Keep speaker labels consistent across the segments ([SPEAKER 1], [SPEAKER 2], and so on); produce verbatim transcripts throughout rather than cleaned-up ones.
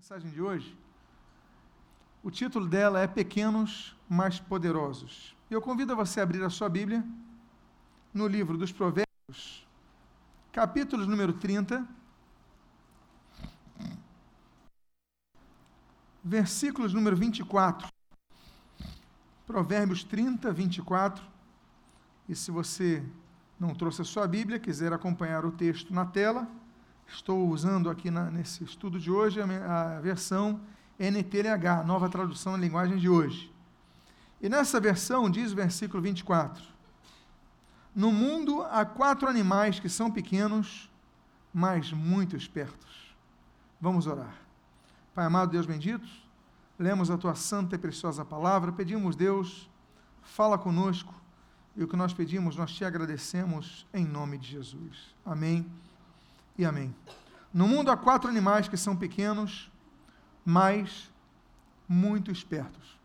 [SPEAKER 1] mensagem de hoje, o título dela é Pequenos, mas Poderosos. Eu convido você a abrir a sua Bíblia no livro dos Provérbios, capítulo número trinta, versículos número vinte e quatro. Provérbios trinta, vinte e quatro. E se você não trouxe a sua Bíblia, quiser acompanhar o texto na tela, estou usando aqui na, nesse estudo de hoje a, a versão N T L H, nova tradução na linguagem de hoje. E nessa versão diz o versículo vinte e quatro: No mundo há quatro animais que são pequenos, mas muito espertos. Vamos orar. Pai amado, Deus bendito, lemos a tua santa e preciosa palavra, pedimos, Deus, fala conosco, e o que nós pedimos, nós te agradecemos em nome de Jesus. Amém e amém. No mundo há quatro animais que são pequenos, mas muito espertos.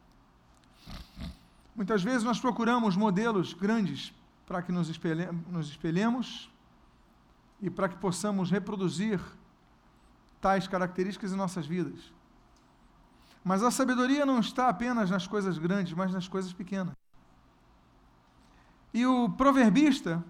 [SPEAKER 1] Muitas vezes nós procuramos modelos grandes para que nos espelhe- nos espelhemos e para que possamos reproduzir tais características em nossas vidas. Mas a sabedoria não está apenas nas coisas grandes, mas nas coisas pequenas. E o proverbista,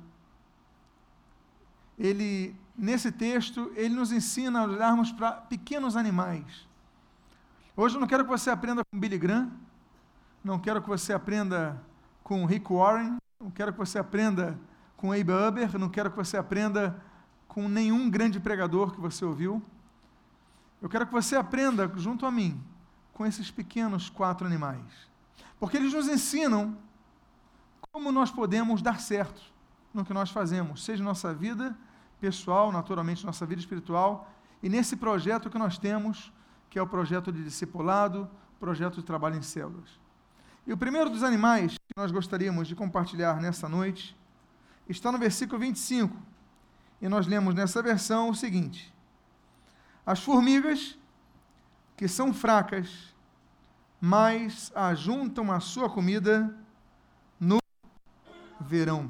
[SPEAKER 1] ele, nesse texto, ele nos ensina a olharmos para pequenos animais. Hoje eu não quero que você aprenda com Billy Graham, não quero que você aprenda com Rick Warren, não quero que você aprenda com Abe Uber, não quero que você aprenda com nenhum grande pregador que você ouviu. Eu quero que você aprenda, junto a mim, com esses pequenos quatro animais. Porque eles nos ensinam como nós podemos dar certo no que nós fazemos, seja nossa vida pessoal, naturalmente nossa vida espiritual, e nesse projeto que nós temos, que é o projeto de discipulado, projeto de trabalho em células. E o primeiro dos animais que nós gostaríamos de compartilhar nessa noite está no versículo vinte e cinco, e nós lemos nessa versão o seguinte: As formigas, que são fracas, mas ajuntam a sua comida no verão.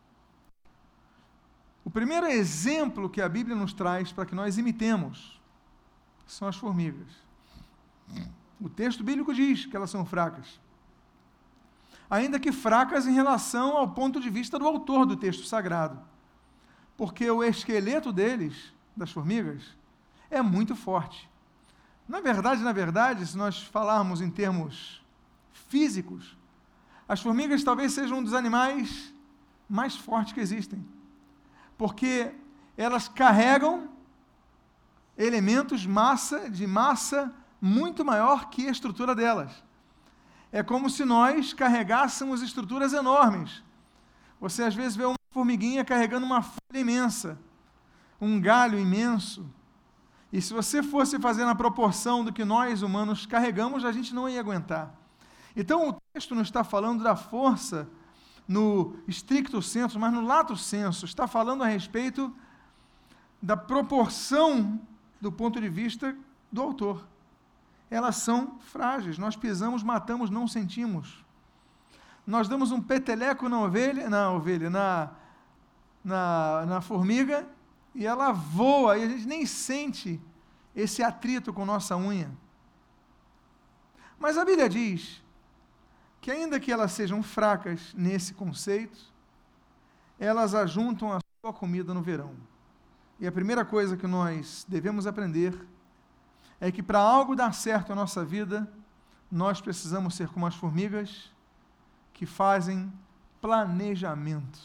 [SPEAKER 1] O primeiro exemplo que a Bíblia nos traz para que nós imitemos são as formigas. O texto bíblico diz que elas são fracas. Ainda que fracas em relação ao ponto de vista do autor do texto sagrado. Porque o esqueleto deles, das formigas, é muito forte. Na verdade, na verdade, se nós falarmos em termos físicos, as formigas talvez sejam um dos animais mais fortes que existem, porque elas carregam elementos massa, de massa muito maior que a estrutura delas. É como se nós carregássemos estruturas enormes. Você às vezes vê uma formiguinha carregando uma folha imensa, um galho imenso, e se você fosse fazer na proporção do que nós humanos carregamos, a gente não ia aguentar. Então, o texto não está falando da força no stricto sensu, mas no lato sensu. Está falando a respeito da proporção do ponto de vista do autor. Elas são frágeis. Nós pisamos, matamos, não sentimos. Nós damos um peteleco na ovelha, na, ovelha, na, na, na formiga, e ela voa, e a gente nem sente esse atrito com nossa unha. Mas a Bíblia diz que ainda que elas sejam fracas nesse conceito, elas ajuntam a sua comida no verão. E a primeira coisa que nós devemos aprender é que para algo dar certo na nossa vida, nós precisamos ser como as formigas que fazem planejamento.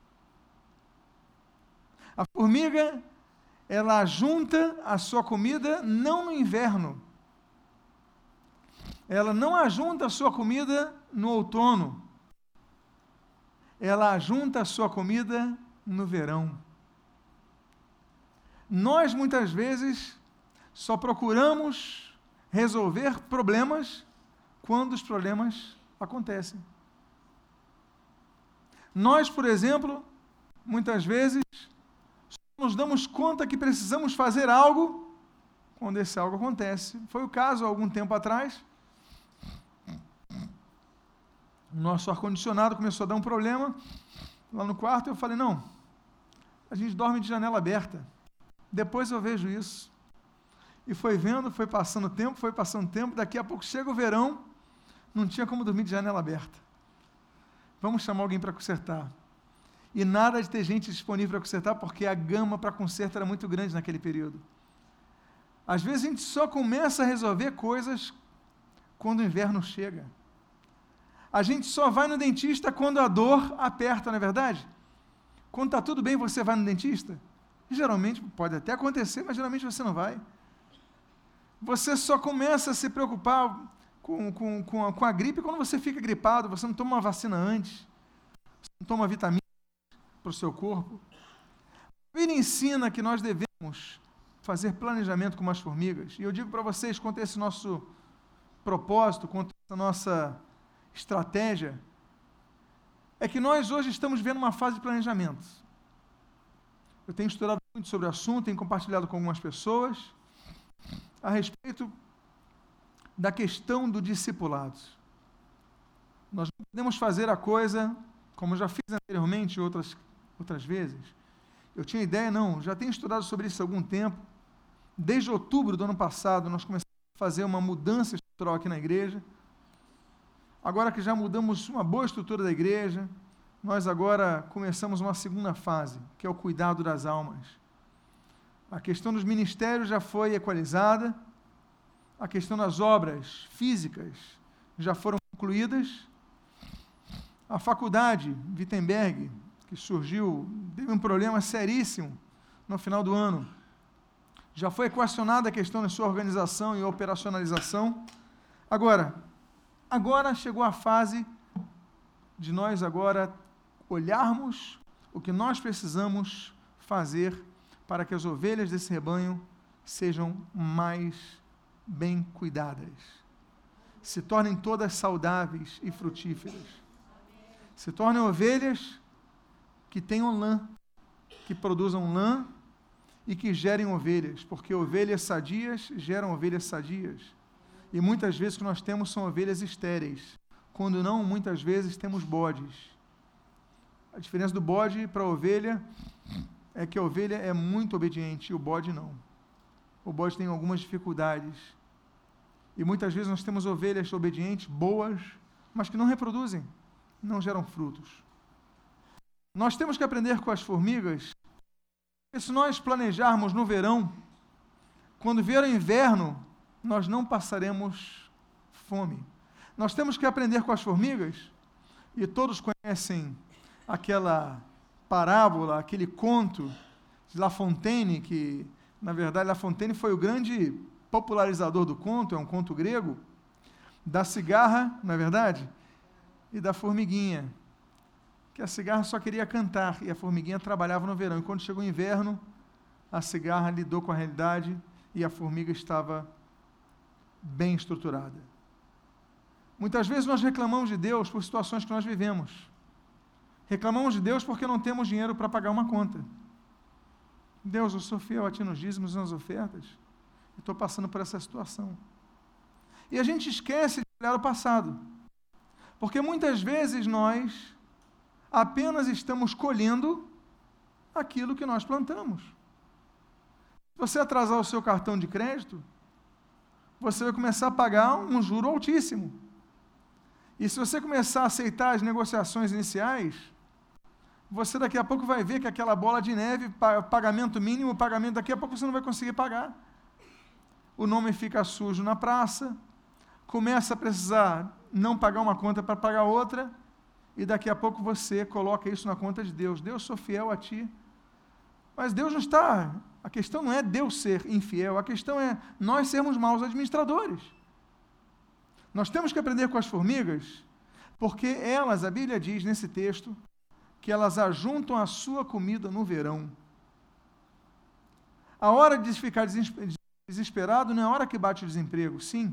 [SPEAKER 1] A formiga, ela ajunta a sua comida não no inverno. Ela não ajunta a sua comida no outono. Ela ajunta a sua comida no verão. Nós, muitas vezes, só procuramos resolver problemas quando os problemas acontecem. Nós, por exemplo, muitas vezes, nos damos conta que precisamos fazer algo quando esse algo acontece. Foi o caso há algum tempo atrás. O nosso ar-condicionado começou a dar um problema lá no quarto. Eu falei, não, a gente dorme de janela aberta. Depois eu vejo isso. E foi vendo, foi passando tempo, foi passando tempo, daqui a pouco chega o verão, não tinha como dormir de janela aberta. Vamos chamar alguém para consertar. E nada de ter gente disponível para consertar, porque a gama para conserto era muito grande naquele período. Às vezes a gente só começa a resolver coisas quando o inverno chega. A gente só vai no dentista quando a dor aperta, não é verdade? Quando está tudo bem, você vai no dentista? Geralmente, pode até acontecer, mas geralmente você não vai. Você só começa a se preocupar com, com, com, a, com a gripe quando você fica gripado, você não toma uma vacina antes, você não toma vitamina para o seu corpo. A Bíblia ensina que nós devemos fazer planejamento como as formigas. E eu digo para vocês, quanto a esse nosso propósito, quanto a essa nossa estratégia, é que nós hoje estamos vivendo uma fase de planejamento. Eu tenho estudado muito sobre o assunto, tenho compartilhado com algumas pessoas a respeito da questão do discipulado. Nós não podemos fazer a coisa, como eu já fiz anteriormente outras, outras vezes. Eu tinha ideia, não, já tenho estudado sobre isso há algum tempo. Desde outubro do ano passado, nós começamos a fazer uma mudança estrutural aqui na igreja. Agora que já mudamos uma boa estrutura da igreja, nós agora começamos uma segunda fase, que é o cuidado das almas. A questão dos ministérios já foi equalizada, a questão das obras físicas já foram concluídas. A faculdade Wittenberg, que surgiu, teve um problema seríssimo no final do ano. Já foi equacionada a questão da sua organização e operacionalização. Agora, agora chegou a fase de nós agora olharmos o que nós precisamos fazer para que as ovelhas desse rebanho sejam mais bem cuidadas, se tornem todas saudáveis e frutíferas, se tornem ovelhas que tenham lã, que produzam lã e que gerem ovelhas, porque ovelhas sadias geram ovelhas sadias. E muitas vezes o que nós temos são ovelhas estéreis, quando não, muitas vezes temos bodes. A diferença do bode para a ovelha é que a ovelha é muito obediente e o bode não. O bode tem algumas dificuldades. E muitas vezes nós temos ovelhas obedientes, boas, mas que não reproduzem, não geram frutos. Nós temos que aprender com as formigas, porque se nós planejarmos no verão, quando vier o inverno, nós não passaremos fome. Nós temos que aprender com as formigas, e todos conhecem aquela parábola, aquele conto de La Fontaine, que, na verdade, La Fontaine foi o grande popularizador do conto, é um conto grego, da cigarra, não é verdade? E da formiguinha, que a cigarra só queria cantar, e a formiguinha trabalhava no verão, e quando chegou o inverno, a cigarra lidou com a realidade, e a formiga estava bem estruturada. Muitas vezes nós reclamamos de Deus por situações que nós vivemos. Reclamamos de Deus porque não temos dinheiro para pagar uma conta. Deus, eu sou fiel a Ti nos dízimos e nas ofertas, e estou passando por essa situação. E a gente esquece de olhar o passado, porque muitas vezes nós apenas estamos colhendo aquilo que nós plantamos. Se você atrasar o seu cartão de crédito, você vai começar a pagar um juro altíssimo. E se você começar a aceitar as negociações iniciais, você daqui a pouco vai ver que aquela bola de neve, pagamento mínimo, pagamento daqui a pouco você não vai conseguir pagar. O nome fica sujo na praça, começa a precisar não pagar uma conta para pagar outra, e daqui a pouco você coloca isso na conta de Deus. Deus, sou fiel a Ti. Mas Deus não está... A questão não é Deus ser infiel, a questão é nós sermos maus administradores. Nós temos que aprender com as formigas, porque elas, a Bíblia diz nesse texto, que elas ajuntam a sua comida no verão. A hora de ficar desesperado não é a hora que bate o desemprego, sim.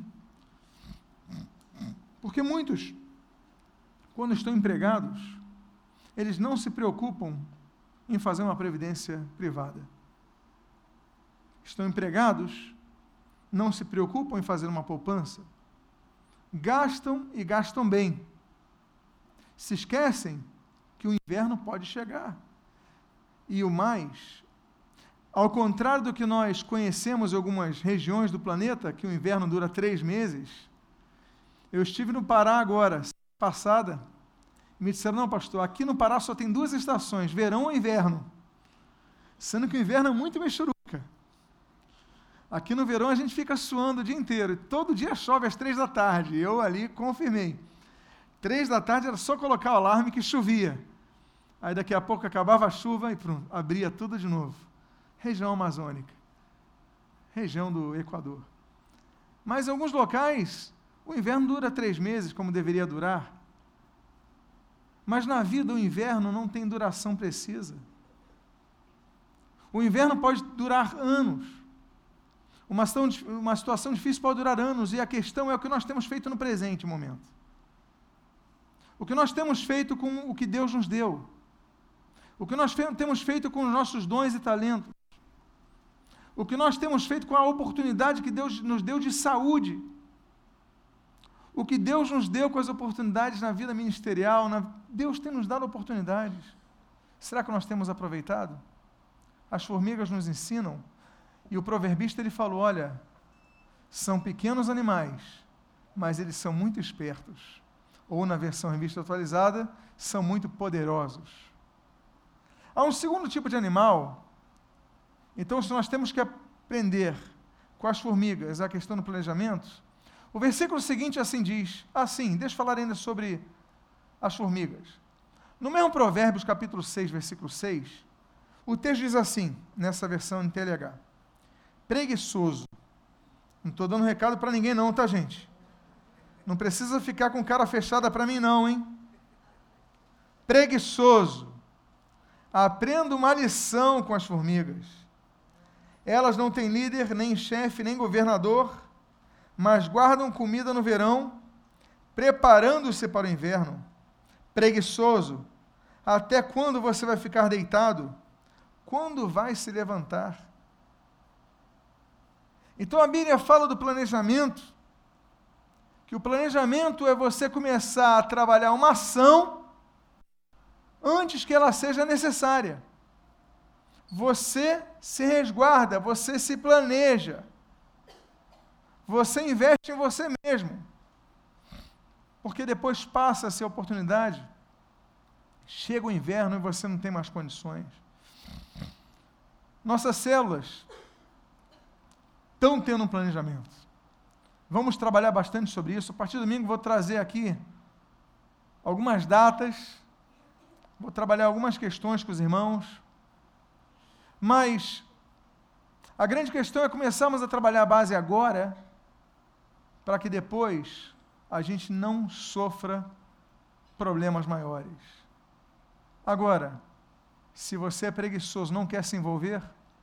[SPEAKER 1] Porque muitos, quando estão empregados, eles não se preocupam em fazer uma previdência privada. Estão empregados, não se preocupam em fazer uma poupança. Gastam e gastam bem. Se esquecem que o inverno pode chegar. E o mais, Ao contrário do que nós conhecemos em algumas regiões do planeta, que o inverno dura três meses, eu estive no Pará agora, semana passada, e me disseram, não, pastor, aqui no Pará só tem duas estações, verão ou inverno. Sendo que o inverno é muito mexuruca. Aqui no verão a gente fica suando o dia inteiro, e todo dia chove às três da tarde, e eu ali confirmei. Três da tarde era só colocar o alarme que chovia. Aí daqui a pouco acabava a chuva e pronto, abria tudo de novo. Região amazônica, região do Equador. Mas em alguns locais, o inverno dura três meses, como deveria durar. Mas na vida o inverno não tem duração precisa. O inverno pode durar anos. Uma situação, uma situação difícil pode durar anos, e a questão é o que nós temos feito no presente momento. O que nós temos feito com o que Deus nos deu. O que nós fe- temos feito com os nossos dons e talentos. O que nós temos feito com a oportunidade que Deus nos deu de saúde. O que Deus nos deu com as oportunidades na vida ministerial. Na... Deus tem nos dado oportunidades. Será que nós temos aproveitado? As formigas nos ensinam. E o proverbista ele falou, olha, são pequenos animais, mas eles são muito espertos. Ou na versão revista atualizada, são muito poderosos. Há um segundo tipo de animal. Então, se nós temos que aprender com as formigas a questão do planejamento, o versículo seguinte assim diz, assim, deixa eu falar ainda sobre as formigas. No mesmo Provérbios, capítulo seis, versículo seis, o texto diz assim, nessa versão em T L H, preguiçoso. Não estou dando recado para ninguém não, tá, gente? Não precisa ficar com cara fechada para mim não, hein? Preguiçoso. Aprenda uma lição com as formigas. Elas não têm líder, nem chefe, nem governador, mas guardam comida no verão, preparando-se para o inverno. Preguiçoso, até quando você vai ficar deitado? Quando vai se levantar? Então a Bíblia fala do planejamento, que o planejamento é você começar a trabalhar uma ação antes que ela seja necessária. Você se resguarda, você se planeja, você investe em você mesmo, porque depois passa-se a oportunidade, chega o inverno e você não tem mais condições. Nossas células estão tendo um planejamento. Vamos trabalhar bastante sobre isso. A partir do domingo vou trazer aqui algumas datas, vou trabalhar algumas questões com os irmãos, mas a grande questão é começarmos a trabalhar a base agora, para que depois a gente não sofra problemas maiores. Agora, se você é preguiçoso, não quer se envolver,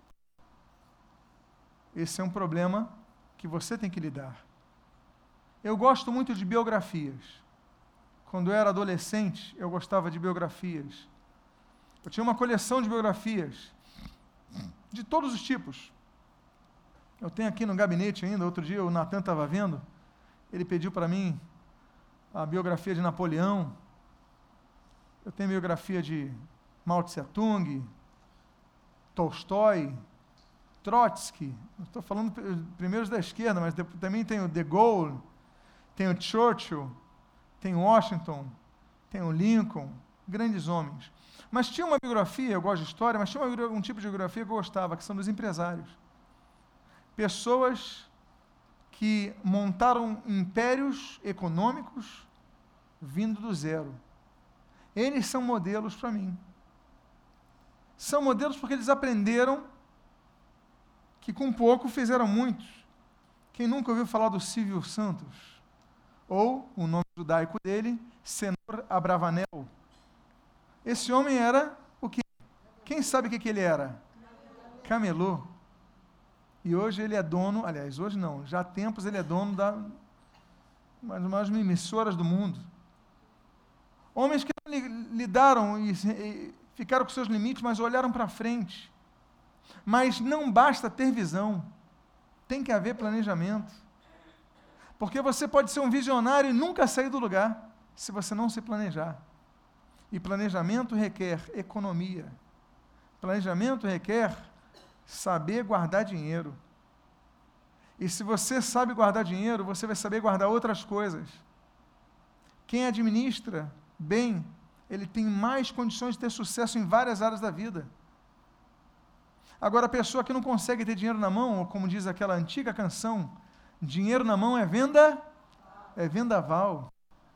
[SPEAKER 1] esse é um problema que você tem que lidar. Eu gosto muito de biografias. Quando eu era adolescente, eu gostava de biografias. Eu tinha uma coleção de biografias, de todos os tipos. Eu tenho aqui no gabinete ainda, outro dia o Natan estava vendo, ele pediu para mim a biografia de Napoleão. Eu tenho a biografia de Mao Tse-tung, Tolstói, Trotsky, estou falando primeiros da esquerda, mas também tem o De Gaulle, tem o Churchill, tem o Washington, tem o Lincoln, grandes homens. Mas tinha uma biografia, eu gosto de história, mas tinha uma, um tipo de biografia que eu gostava, que são dos empresários. Pessoas que montaram impérios econômicos vindo do zero. Eles são modelos para mim. São modelos porque eles aprenderam que com pouco fizeram muito. Quem nunca ouviu falar do Silvio Santos? Ou, o nome judaico dele, Senor Abravanel. Esse homem era o quê? Quem sabe o que, que ele era? Camelô. E hoje ele é dono, aliás, hoje não, já há tempos ele é dono da uma das maiores emissoras do mundo. Homens que lidaram e, e ficaram com seus limites, mas olharam para frente. Mas não basta ter visão, tem que haver planejamento. Porque você pode ser um visionário e nunca sair do lugar, se você não se planejar. E planejamento requer economia. Planejamento requer saber guardar dinheiro. E se você sabe guardar dinheiro, você vai saber guardar outras coisas. Quem administra bem, ele tem mais condições de ter sucesso em várias áreas da vida. Agora, a pessoa que não consegue ter dinheiro na mão, ou como diz aquela antiga canção, dinheiro na mão é venda, é vendaval.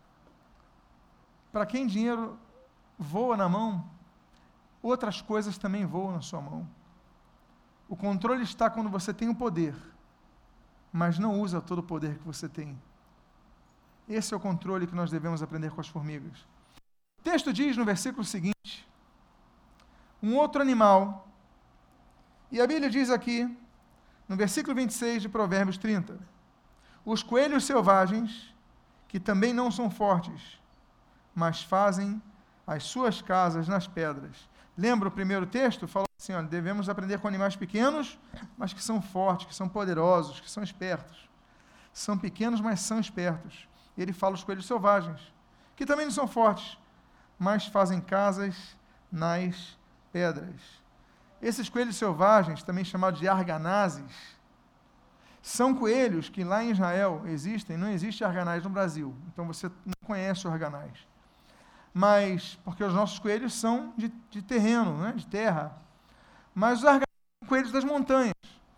[SPEAKER 1] Para quem dinheiro voa na mão, outras coisas também voam na sua mão. O controle está quando você tem o poder, mas não usa todo o poder que você tem. Esse é o controle que nós devemos aprender com as formigas. O texto diz no versículo seguinte, um outro animal, e a Bíblia diz aqui, no versículo vinte e seis de Provérbios trinta, os coelhos selvagens, que também não são fortes, mas fazem as suas casas nas pedras. Lembra o primeiro texto? Falou assim, olha, devemos aprender com animais pequenos, mas que são fortes, que são poderosos, que são espertos. São pequenos, mas são espertos. Ele fala os coelhos selvagens, que também não são fortes, mas fazem casas nas pedras. Esses coelhos selvagens, também chamados de arganazes, são coelhos que lá em Israel existem, não existe arganaz no Brasil, então você não conhece o arganaz. Mas, porque os nossos coelhos são de, de terreno, né, de terra, mas os arganazes são coelhos das montanhas.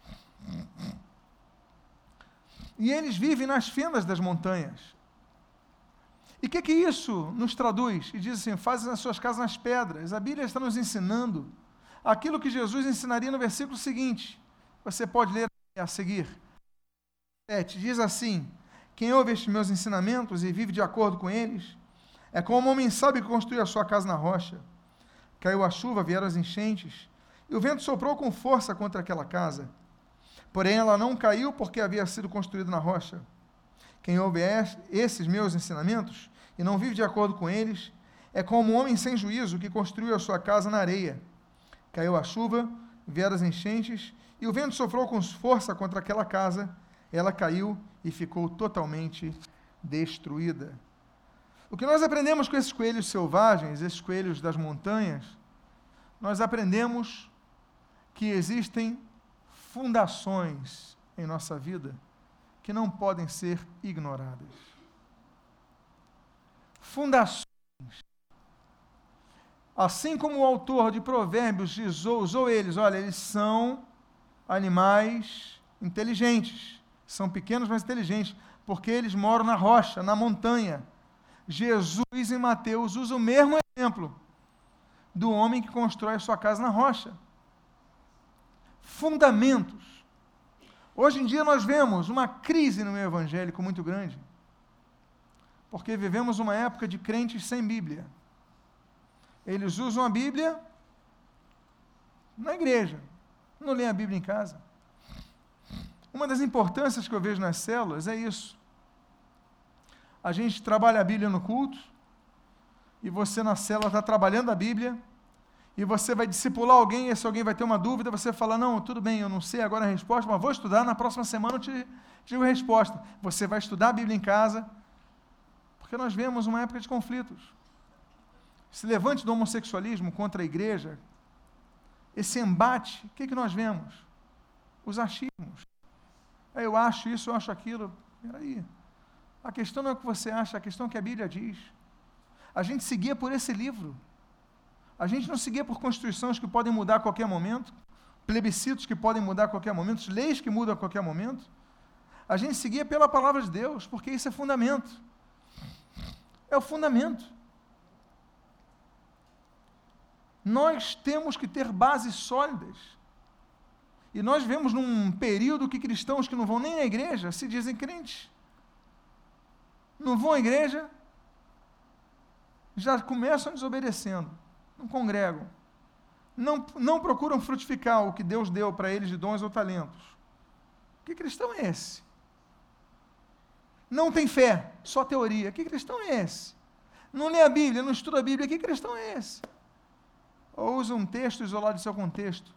[SPEAKER 1] E eles vivem nas fendas das montanhas. E o que, que isso nos traduz? E diz assim, fazem as suas casas nas pedras. A Bíblia está nos ensinando aquilo que Jesus ensinaria no versículo seguinte. Você pode ler a seguir. sete, diz assim, quem ouve estes meus ensinamentos e vive de acordo com eles, é como um homem sábio que construiu a sua casa na rocha. Caiu a chuva, vieram as enchentes, e o vento soprou com força contra aquela casa. Porém, ela não caiu porque havia sido construída na rocha. Quem ouve esses meus ensinamentos e não vive de acordo com eles, é como um homem sem juízo que construiu a sua casa na areia. Caiu a chuva, vieram as enchentes, e o vento soprou com força contra aquela casa, ela caiu e ficou totalmente destruída. O que nós aprendemos com esses coelhos selvagens, esses coelhos das montanhas, nós aprendemos que existem fundações em nossa vida que não podem ser ignoradas. Fundações. Assim como o autor de Provérbios usou, usou eles, olha, eles são animais inteligentes, são pequenos, mas inteligentes, porque eles moram na rocha, na montanha. Jesus, em Mateus, usa o mesmo exemplo do homem que constrói a sua casa na rocha. Fundamentos. Hoje em dia nós vemos uma crise no meio evangélico muito grande, porque vivemos uma época de crentes sem Bíblia. Eles usam a Bíblia na igreja, não leem a Bíblia em casa. Uma das importâncias que eu vejo nas células é isso. A gente trabalha a Bíblia no culto, e você na célula está trabalhando a Bíblia, e você vai discipular alguém, e se alguém vai ter uma dúvida, você fala, não, tudo bem, eu não sei agora a resposta, mas vou estudar, na próxima semana eu te digo a resposta. Você vai estudar a Bíblia em casa, porque nós vemos uma época de conflitos. Esse levante do homossexualismo contra a igreja, esse embate, o que, que nós vemos? Os achismos. Eu acho isso, eu acho aquilo. Peraí. A questão não é o que você acha, a questão é o que a Bíblia diz. A gente seguia por esse livro. A gente não seguia por constituições que podem mudar a qualquer momento, plebiscitos que podem mudar a qualquer momento, leis que mudam a qualquer momento. A gente seguia pela palavra de Deus, porque isso é fundamento. É o fundamento. Nós temos que ter bases sólidas. E nós vemos num período que cristãos que não vão nem à igreja se dizem crentes. Não vão à igreja, já começam desobedecendo, não congregam, não, não procuram frutificar o que Deus deu para eles de dons ou talentos. Que cristão é esse? Não tem fé, só teoria. Que cristão é esse? Não lê a Bíblia, não estuda a Bíblia. Que cristão é esse? Ou usa um texto isolado de seu contexto.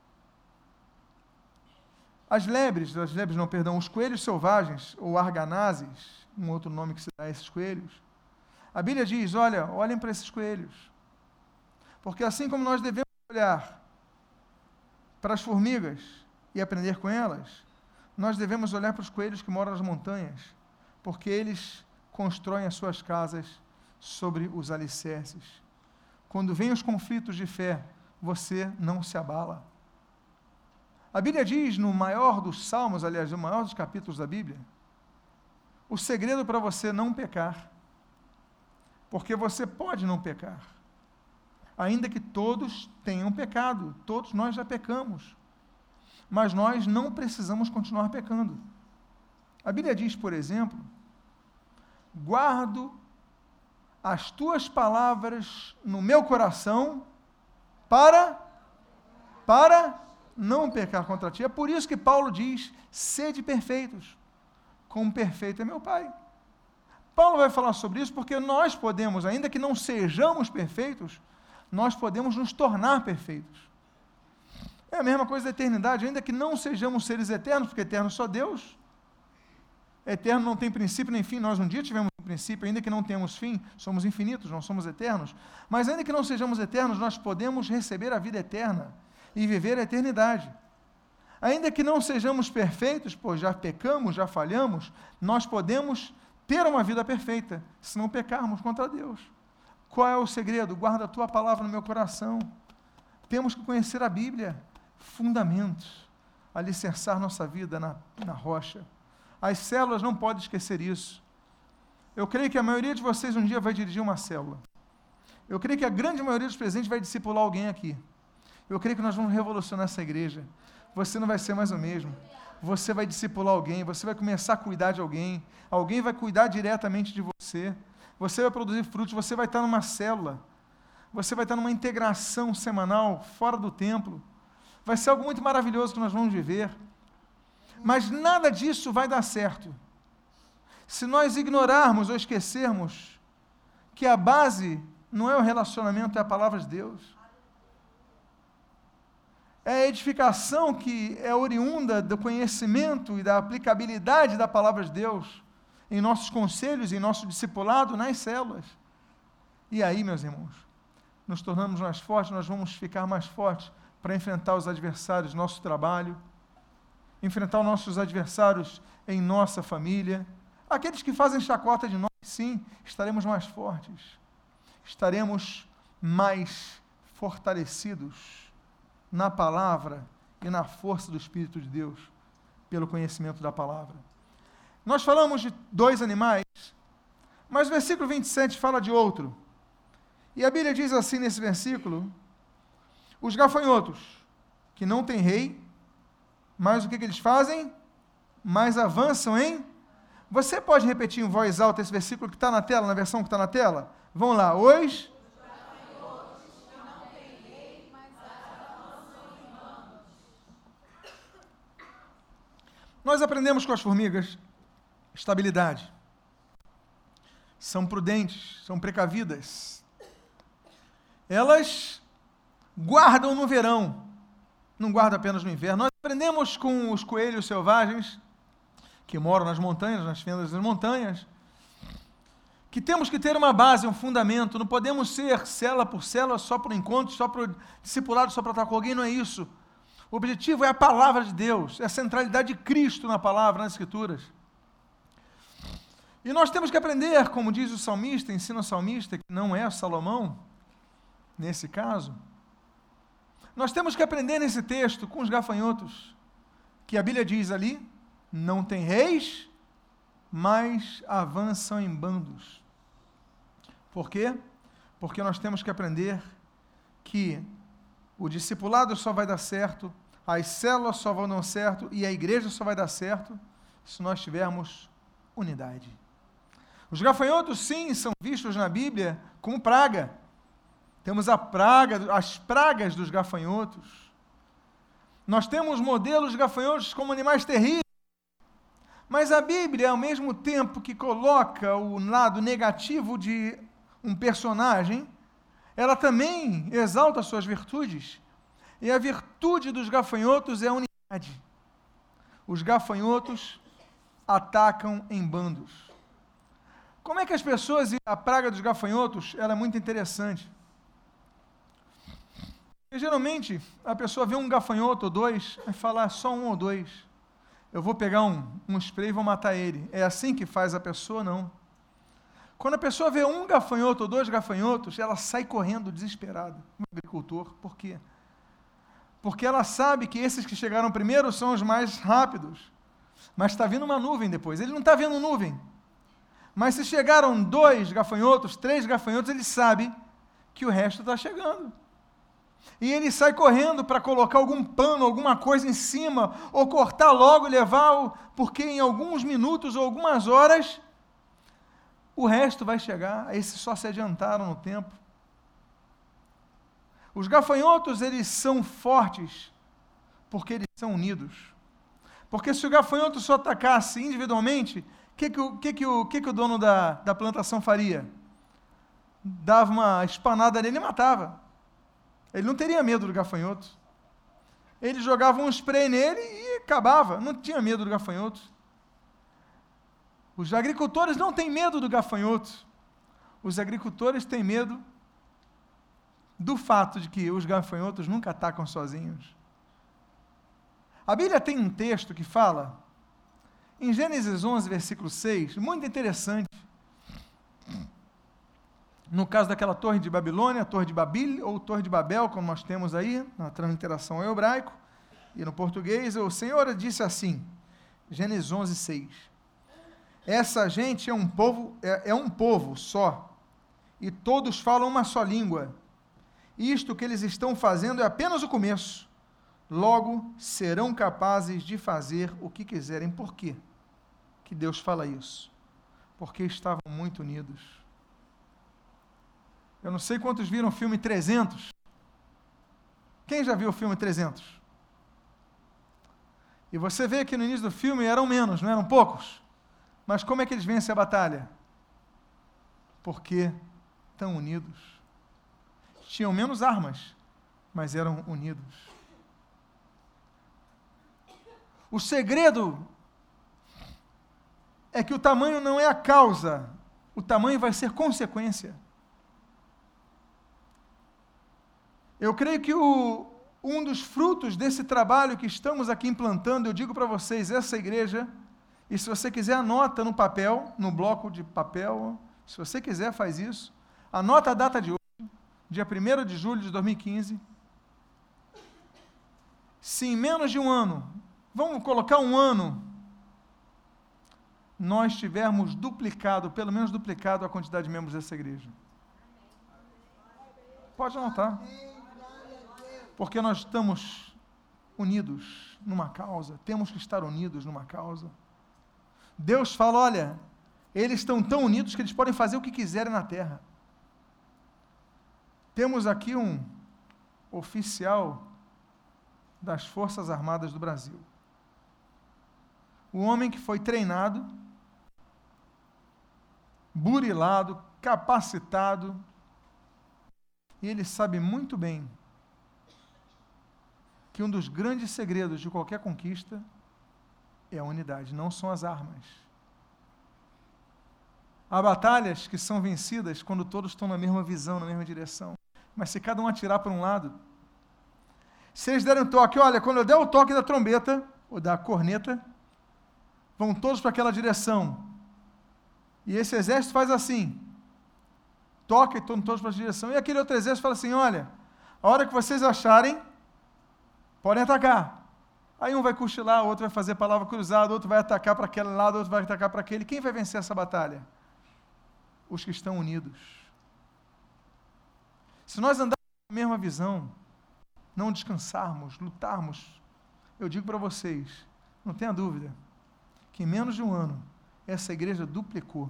[SPEAKER 1] As lebres, as lebres não, perdão, os coelhos selvagens, ou arganazes, um outro nome que se dá a esses coelhos, a Bíblia diz, olha, olhem para esses coelhos, porque assim como nós devemos olhar para as formigas e aprender com elas, nós devemos olhar para os coelhos que moram nas montanhas, porque eles constroem as suas casas sobre os alicerces. Quando vêm os conflitos de fé, você não se abala. A Bíblia diz, no maior dos salmos, aliás, no maior dos capítulos da Bíblia, o segredo para você não pecar, porque você pode não pecar, ainda que todos tenham pecado, todos nós já pecamos, mas nós não precisamos continuar pecando. A Bíblia diz, por exemplo, guardo as tuas palavras no meu coração para, para não pecar contra ti. É por isso que Paulo diz, sede perfeitos, como perfeito é meu Pai. Paulo vai falar sobre isso porque nós podemos, ainda que não sejamos perfeitos, nós podemos nos tornar perfeitos. É a mesma coisa da eternidade, ainda que não sejamos seres eternos, porque eterno só Deus. Eterno não tem princípio nem fim, nós um dia tivemos um princípio, ainda que não tenhamos fim, somos infinitos, não somos eternos. Mas ainda que não sejamos eternos, nós podemos receber a vida eterna e viver a eternidade. Ainda que não sejamos perfeitos, pois já pecamos, já falhamos, nós podemos ter uma vida perfeita, se não pecarmos contra Deus. Qual é o segredo? Guarda a tua palavra no meu coração. Temos que conhecer a Bíblia, fundamentos, alicerçar nossa vida na, na rocha. As células não podem esquecer isso. Eu creio que a maioria de vocês um dia vai dirigir uma célula. Eu creio que a grande maioria dos presentes vai discipular alguém aqui. Eu creio que nós vamos revolucionar essa igreja. Você não vai ser mais o mesmo. Você vai discipular alguém, você vai começar a cuidar de alguém, alguém vai cuidar diretamente de você, você vai produzir frutos, você vai estar numa célula, você vai estar numa integração semanal fora do templo. Vai ser algo muito maravilhoso que nós vamos viver. Mas nada disso vai dar certo se nós ignorarmos ou esquecermos que a base não é o relacionamento, é a palavra de Deus. É a edificação que é oriunda do conhecimento e da aplicabilidade da palavra de Deus em nossos conselhos, em nosso discipulado, nas células. E aí, meus irmãos, nos tornamos mais fortes, nós vamos ficar mais fortes para enfrentar os adversários do nosso trabalho, enfrentar os nossos adversários em nossa família, aqueles que fazem chacota de nós, sim, estaremos mais fortes, estaremos mais fortalecidos na palavra e na força do Espírito de Deus, pelo conhecimento da palavra. Nós falamos de dois animais, mas o versículo vinte e sete fala de outro. E a Bíblia diz assim nesse versículo, os gafanhotos, que não têm rei, mas o que, que eles fazem? Mais avançam em... Você pode repetir em voz alta esse versículo que está na tela, na versão que está na tela? Vamos lá, os... Nós aprendemos com as formigas estabilidade. São prudentes, são precavidas. Elas guardam no verão, não guardam apenas no inverno. Nós aprendemos com os coelhos selvagens, que moram nas montanhas, nas fendas das montanhas, que temos que ter uma base, um fundamento. Não podemos ser célula por célula, só para o encontro, só para o discipulado, só para estar com alguém, não é isso. O objetivo é a palavra de Deus, é a centralidade de Cristo na palavra, nas Escrituras. E nós temos que aprender, como diz o salmista, ensina o salmista, que não é Salomão, nesse caso, nós temos que aprender nesse texto com os gafanhotos, que a Bíblia diz ali, não tem reis, mas avançam em bandos. Por quê? Porque nós temos que aprender que o discipulado só vai dar certo, as células só vão dar certo e a igreja só vai dar certo se nós tivermos unidade. Os gafanhotos, sim, são vistos na Bíblia como praga. Temos a praga, as pragas dos gafanhotos. Nós temos modelos de gafanhotos como animais terríveis. Mas a Bíblia, ao mesmo tempo que coloca o lado negativo de um personagem, ela também exalta as suas virtudes. E a virtude dos gafanhotos é a unidade. Os gafanhotos atacam em bandos. Como é que as pessoas... A praga dos gafanhotos, ela é muito interessante. E, geralmente, a pessoa vê um gafanhoto ou dois, vai falar só um ou dois. Eu vou pegar um, um spray e vou matar ele. É assim que faz a pessoa? Não. Quando a pessoa vê um gafanhoto ou dois gafanhotos, ela sai correndo desesperada, um agricultor. Por quê? Porque ela sabe que esses que chegaram primeiro são os mais rápidos. Mas está vindo uma nuvem depois. Ele não está vendo nuvem. Mas se chegaram dois gafanhotos, três gafanhotos, ele sabe que o resto está chegando. E ele sai correndo para colocar algum pano, alguma coisa em cima, ou cortar logo e levar, o, porque em alguns minutos ou algumas horas, o resto vai chegar. Esses só se adiantaram no tempo. Os gafanhotos, eles são fortes, porque eles são unidos. Porque se o gafanhoto só atacasse individualmente, o que, que, o, que, que, o, que, que o dono da, da plantação faria? Dava uma espanada nele e matava. Ele não teria medo do gafanhoto. Ele jogava um spray nele e acabava. Não tinha medo do gafanhoto. Os agricultores não têm medo do gafanhoto. Os agricultores têm medo do fato de que os gafanhotos nunca atacam sozinhos. A Bíblia tem um texto que fala, em Gênesis onze, versículo seis, muito interessante. No caso daquela torre de Babilônia, a torre de Babil, ou torre de Babel, como nós temos aí, na transliteração ao hebraico, e no português, o Senhor disse assim, Gênesis onze, seis, essa gente é um povo, é, é um povo só, e todos falam uma só língua. Isto que eles estão fazendo é apenas o começo. Logo, serão capazes de fazer o que quiserem. Por quê que Deus fala isso? Porque estavam muito unidos. Eu não sei quantos viram o filme trezentos. Quem já viu o filme trezentos? E você vê que no início do filme eram menos, não eram poucos. Mas como é que eles vencem a batalha? Porque estão unidos. Tinham menos armas, mas eram unidos. O segredo é que o tamanho não é a causa, o tamanho vai ser consequência. Eu creio que o, um dos frutos desse trabalho que estamos aqui implantando, eu digo para vocês, essa igreja, e se você quiser anota no papel, no bloco de papel, se você quiser faz isso, anota a data de hoje, dia primeiro de julho de dois mil e quinze, se em menos de um ano, vamos colocar um ano, nós tivermos duplicado, pelo menos duplicado a quantidade de membros dessa igreja. Pode anotar. Porque nós estamos unidos numa causa, temos que estar unidos numa causa. Deus fala, olha, eles estão tão unidos que eles podem fazer o que quiserem na terra. Temos aqui um oficial das Forças Armadas do Brasil. O homem que foi treinado, burilado, capacitado, e ele sabe muito bem que um dos grandes segredos de qualquer conquista é a unidade, não são as armas. Há batalhas que são vencidas quando todos estão na mesma visão, na mesma direção. Mas se cada um atirar para um lado, se eles derem um toque, olha, quando eu der o toque da trombeta, ou da corneta, vão todos para aquela direção. E esse exército faz assim, toca e estão todos para a direção. E aquele outro exército fala assim, olha, a hora que vocês acharem, podem atacar. Aí um vai cochilar, outro vai fazer palavra cruzada, outro vai atacar para aquele lado, outro vai atacar para aquele. Quem vai vencer essa batalha? Os que estão unidos. Se nós andarmos com a mesma visão, não descansarmos, lutarmos, eu digo para vocês, não tenha dúvida, que em menos de um ano, essa igreja duplicou.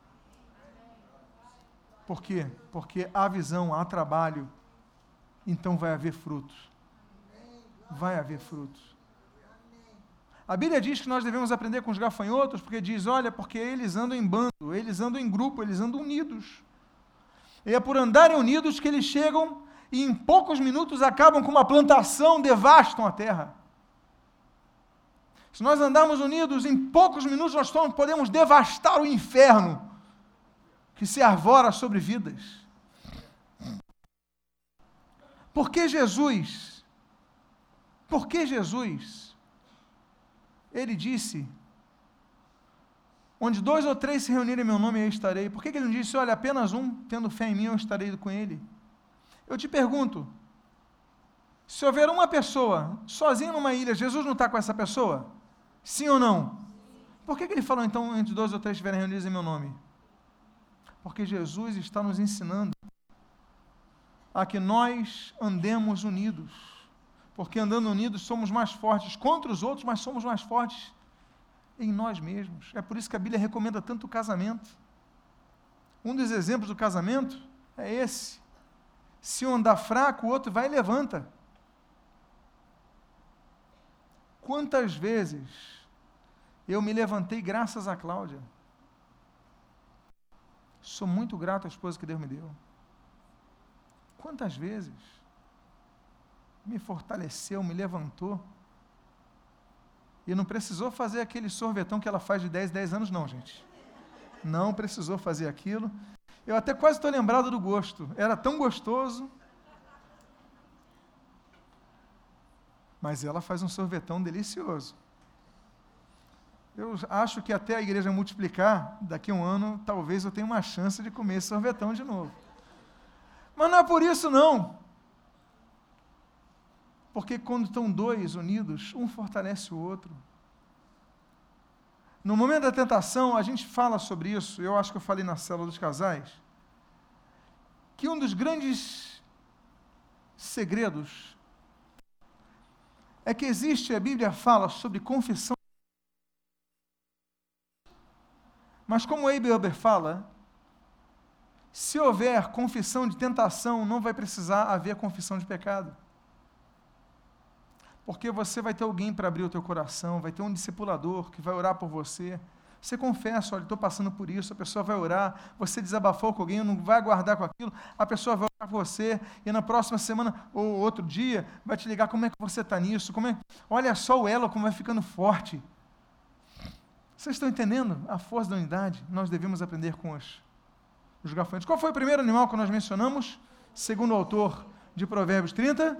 [SPEAKER 1] Por quê? Porque há visão, há trabalho, então vai haver frutos. Vai haver frutos. A Bíblia diz que nós devemos aprender com os gafanhotos, porque diz, olha, porque eles andam em bando, eles andam em grupo, eles andam unidos. E é por andarem unidos que eles chegam e em poucos minutos acabam com uma plantação, devastam a terra. Se nós andarmos unidos, em poucos minutos nós podemos devastar o inferno que se arvora sobre vidas. Por que Jesus? Por que Jesus? Ele disse, onde dois ou três se reunirem em meu nome, eu estarei. Por que ele não disse, olha, apenas um, tendo fé em mim, eu estarei com ele? Eu te pergunto, se houver uma pessoa sozinha numa ilha, Jesus não está com essa pessoa? Sim ou não? Por que ele falou, então, entre dois ou três estiverem reunidos em meu nome? Porque Jesus está nos ensinando a que nós andemos unidos. Porque andando unidos somos mais fortes contra os outros, mas somos mais fortes em nós mesmos. É por isso que a Bíblia recomenda tanto o casamento. Um dos exemplos do casamento é esse. Se um andar fraco, o outro vai e levanta. Quantas vezes eu me levantei graças a Cláudia? Sou muito grato à esposa que Deus me deu. Quantas vezes me fortaleceu, me levantou, e não precisou fazer aquele sorvetão que ela faz de dez, dez anos, não, gente. Não precisou fazer aquilo. Eu até quase estou lembrado do gosto. Era tão gostoso. Mas ela faz um sorvetão delicioso. Eu acho que até a igreja multiplicar, daqui a um ano, talvez eu tenha uma chance de comer esse sorvetão de novo. Mas não é por isso, não. Porque quando estão dois unidos, um fortalece o outro. No momento da tentação, a gente fala sobre isso, eu acho que eu falei na célula dos casais, que um dos grandes segredos é que existe, a Bíblia fala sobre confissão, mas como Abel Weber fala, se houver confissão de tentação, não vai precisar haver confissão de pecado. Porque você vai ter alguém para abrir o teu coração, vai ter um discipulador que vai orar por você. Você confessa, olha, estou passando por isso, a pessoa vai orar, você desabafou com alguém, não vai aguardar com aquilo, a pessoa vai orar por você, e na próxima semana, ou outro dia, vai te ligar, como é que você está nisso, como é... olha só o elo, como vai ficando forte. Vocês estão entendendo a força da unidade? Nós devemos aprender com os, os gafanhotos. Qual foi o primeiro animal que nós mencionamos? Segundo o autor de Provérbios trinta?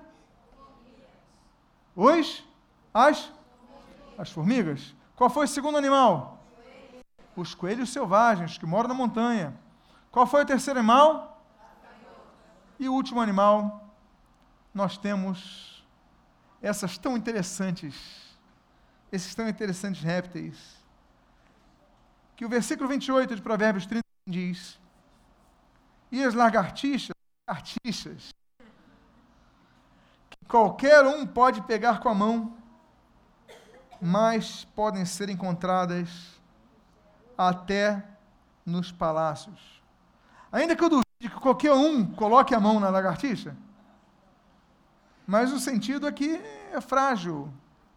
[SPEAKER 1] Os? As? As formigas. Qual foi o segundo animal? Os coelhos selvagens, que moram na montanha. Qual foi o terceiro animal? E o último animal, nós temos essas tão interessantes, esses tão interessantes répteis, que o versículo vinte e oito de Provérbios trinta diz, e as lagartixas, lagartixas, qualquer um pode pegar com a mão, mas podem ser encontradas até nos palácios. Ainda que eu duvide que qualquer um coloque a mão na lagartixa, mas o sentido aqui é frágil.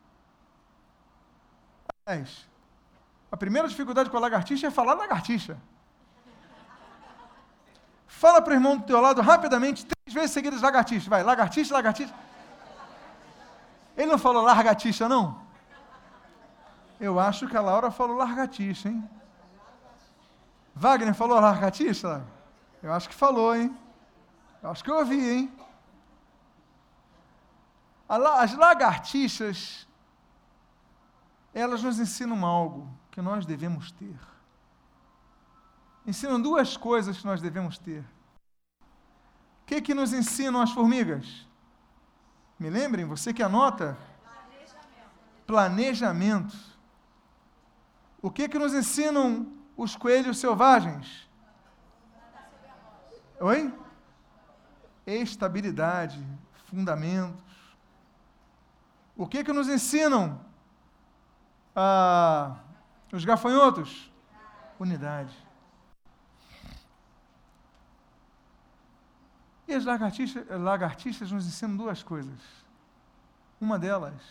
[SPEAKER 1] Aliás, a primeira dificuldade com a lagartixa é falar lagartixa. Fala para o irmão do teu lado rapidamente, três vezes seguidas lagartixa. Vai, lagartixa, lagartixa. Ele não falou largatixa, não? Eu acho que a Laura falou largatixa, hein? Wagner falou largatixa? Eu acho que falou, hein? Eu acho que eu ouvi, hein? As lagartixas, elas nos ensinam algo que nós devemos ter. Ensinam duas coisas que nós devemos ter. O que que nos ensinam as formigas? Me lembrem, você que anota? Planejamento. Planejamento. O que que nos ensinam os coelhos selvagens? Oi? Estabilidade, fundamentos. O que que nos ensinam ah, os gafanhotos? Unidade. E as lagartixas, lagartixas nos ensinam duas coisas. Uma delas,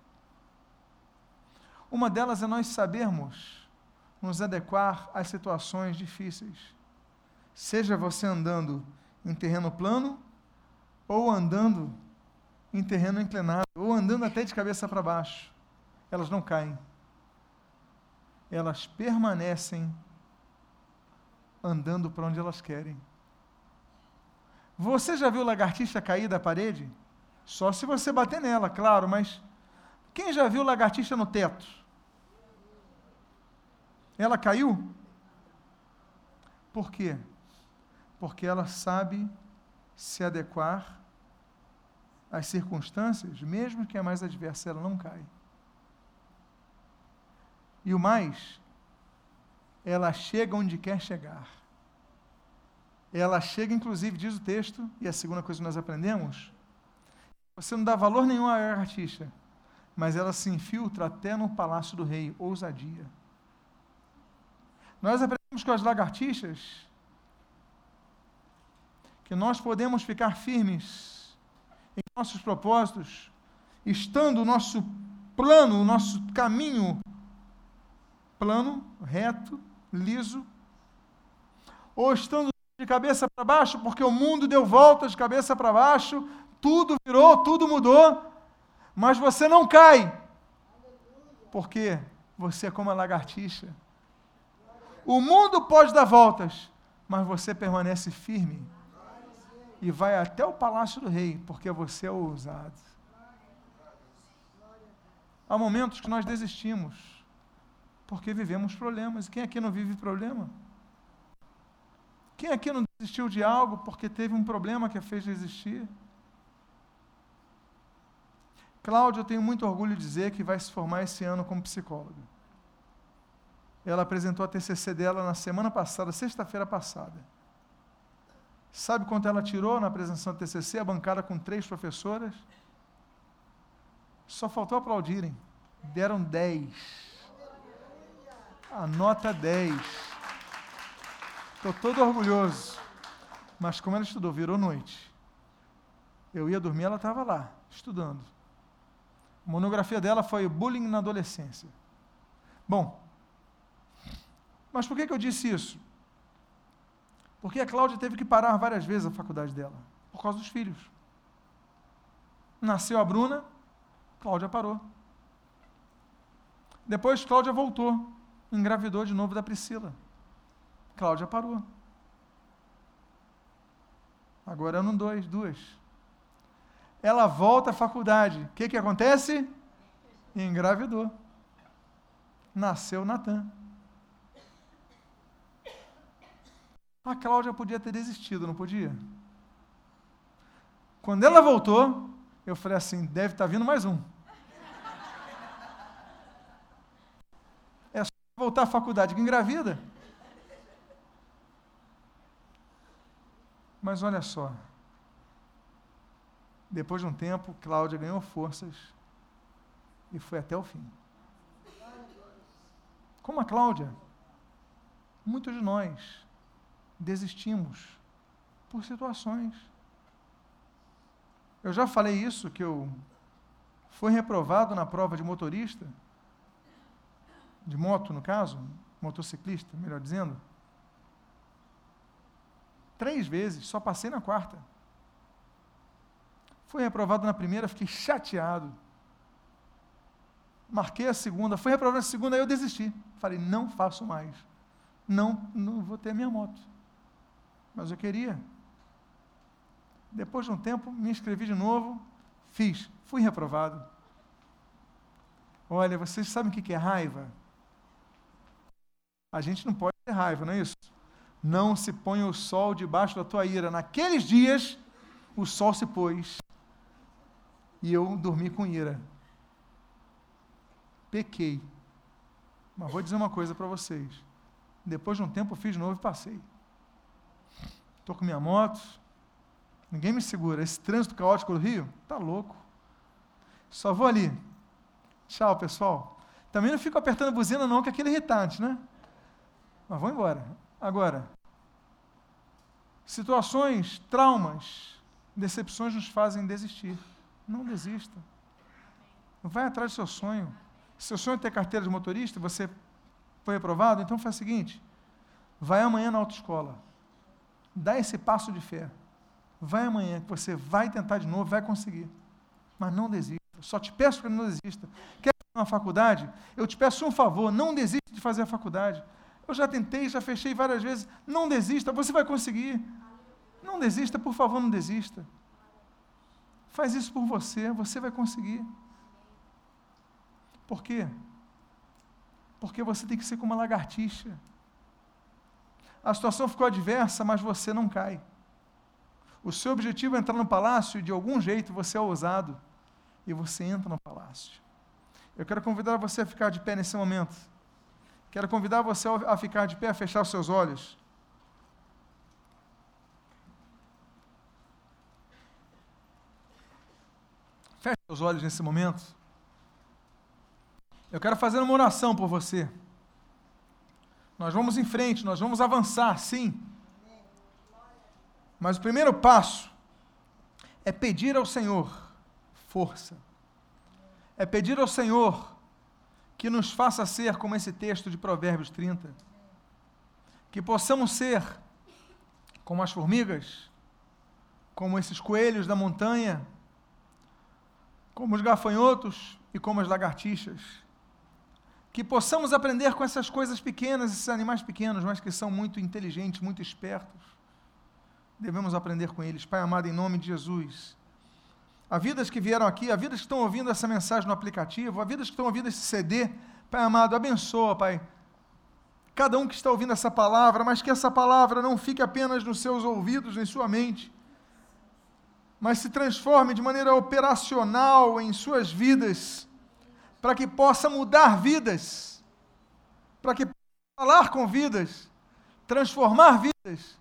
[SPEAKER 1] uma delas é nós sabermos nos adequar às situações difíceis. Seja você andando em terreno plano, ou andando em terreno inclinado, ou andando até de cabeça para baixo. Elas não caem. Elas permanecem andando para onde elas querem. Você já viu lagartixa cair da parede? Só se você bater nela, claro, mas quem já viu lagartixa no teto? Ela caiu? Por quê? Porque ela sabe se adequar às circunstâncias, mesmo que a mais adversa, ela não cai. E o mais, ela chega onde quer chegar. Ela chega, inclusive, diz o texto, e a segunda coisa que nós aprendemos, você não dá valor nenhum à lagartixa, mas ela se infiltra até no palácio do rei, ousadia. Nós aprendemos com as lagartixas que nós podemos ficar firmes em nossos propósitos, estando o nosso plano, o nosso caminho plano, reto, liso, ou estando de cabeça para baixo, porque o mundo deu voltas de cabeça para baixo, tudo virou, tudo mudou, mas você não cai, porque você é como a lagartixa. O mundo pode dar voltas, mas você permanece firme e vai até o palácio do rei, porque você é ousado. Há momentos que nós desistimos, porque vivemos problemas. Quem aqui não vive problema? Quem aqui não desistiu de algo porque teve um problema que a fez desistir? Cláudia, eu tenho muito orgulho de dizer que vai se formar esse ano como psicóloga. Ela apresentou a T C C dela na semana passada, sexta-feira passada. Sabe quanto ela tirou na apresentação da T C C? A bancada com três professoras? Só faltou aplaudirem. Deram dez. A nota dez. Estou todo orgulhoso. Mas como ela estudou, virou noite. Eu ia dormir, ela estava lá, estudando. A monografia dela foi bullying na adolescência. Bom, mas por que, que eu disse isso? Porque a Cláudia teve que parar várias vezes a faculdade dela, por causa dos filhos. Nasceu a Bruna, Cláudia parou. Depois Cláudia voltou, engravidou de novo da Priscila. Cláudia parou. Agora eram dois, duas. Ela volta à faculdade. O que, que acontece? Engravidou. Nasceu Natan. A Cláudia podia ter desistido, não podia? Quando ela voltou, eu falei assim, deve estar vindo mais um. É só voltar à faculdade que engravida. Mas olha só, depois de um tempo, Cláudia ganhou forças e foi até o fim. Como a Cláudia, muitos de nós desistimos por situações. Eu já falei isso, que eu fui reprovado na prova de motorista, de moto no caso, motociclista, melhor dizendo, três vezes, só passei na quarta. Fui reprovado na primeira, fiquei chateado. Marquei a segunda, fui reprovado na segunda, aí eu desisti. Falei, não faço mais. Não, não vou ter a minha moto. Mas eu queria. Depois de um tempo, me inscrevi de novo, fiz, fui reprovado. Olha, vocês sabem o que é raiva? A gente não pode ter raiva, não é isso? Não se põe o sol debaixo da tua ira. Naqueles dias, o sol se pôs e eu dormi com ira. Pequei. Mas vou dizer uma coisa para vocês. Depois de um tempo, eu fiz de novo e passei. Estou com minha moto, ninguém me segura. Esse trânsito caótico do Rio, tá louco. Só vou ali. Tchau, pessoal. Também não fico apertando a buzina não, que é aquele irritante, né? Mas vou embora. Agora, situações, traumas, decepções nos fazem desistir. Não desista. Vai atrás do seu sonho. Se seu sonho é ter carteira de motorista, você foi reprovado, então faz o seguinte, vai amanhã na autoescola. Dá esse passo de fé. Vai amanhã, que você vai tentar de novo, vai conseguir. Mas não desista. Só te peço que não desista. Quer fazer uma faculdade? Eu te peço um favor, não desista de fazer a faculdade. Eu já tentei, já fechei várias vezes. Não desista, você vai conseguir. Não desista, por favor, não desista. Faz isso por você, você vai conseguir. Por quê? Porque você tem que ser como uma lagartixa. A situação ficou adversa, mas você não cai. O seu objetivo é entrar no palácio e de algum jeito você é ousado e você entra no palácio. Eu quero convidar você a ficar de pé nesse momento. Quero convidar você a ficar de pé, a fechar os seus olhos. Feche os olhos nesse momento. Eu quero fazer uma oração por você. Nós vamos em frente, nós vamos avançar, sim. Mas o primeiro passo é pedir ao Senhor força. É pedir ao Senhor que nos faça ser como esse texto de Provérbios trinta. Que possamos ser como as formigas, como esses coelhos da montanha, como os gafanhotos e como as lagartixas. Que possamos aprender com essas coisas pequenas, esses animais pequenos, mas que são muito inteligentes, muito espertos. Devemos aprender com eles. Pai amado, em nome de Jesus. Há vidas que vieram aqui, há vidas que estão ouvindo essa mensagem no aplicativo, há vidas que estão ouvindo esse C D. Pai amado, abençoa, Pai, cada um que está ouvindo essa palavra, mas que essa palavra não fique apenas nos seus ouvidos, em sua mente, mas se transforme de maneira operacional em suas vidas, para que possa mudar vidas, para que possa falar com vidas, transformar vidas.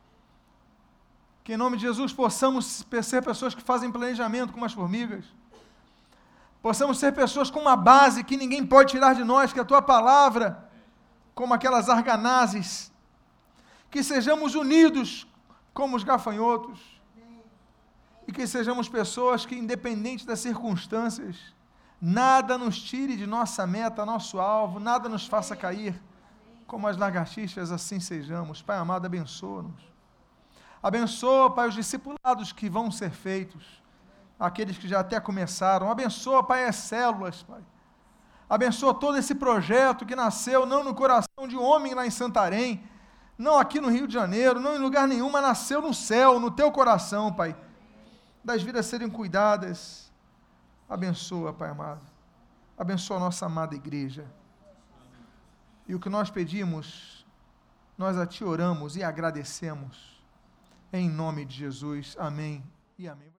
[SPEAKER 1] Que em nome de Jesus possamos ser pessoas que fazem planejamento como as formigas, possamos ser pessoas com uma base que ninguém pode tirar de nós, que é a tua palavra, como aquelas arganazes, que sejamos unidos como os gafanhotos, e que sejamos pessoas que, independente das circunstâncias, nada nos tire de nossa meta, nosso alvo, nada nos faça cair, como as lagartixas, assim sejamos. Pai amado, abençoa-nos. Abençoa, Pai, os discipulados que vão ser feitos, aqueles que já até começaram. Abençoa, Pai, as células, Pai. Abençoa todo esse projeto que nasceu não no coração de um homem lá em Santarém, não aqui no Rio de Janeiro, não em lugar nenhum, mas nasceu no céu, no teu coração, Pai. Das vidas serem cuidadas. Abençoa, Pai amado. Abençoa a nossa amada igreja. E o que nós pedimos, nós a Ti oramos e agradecemos. Em nome de Jesus. Amém e amém.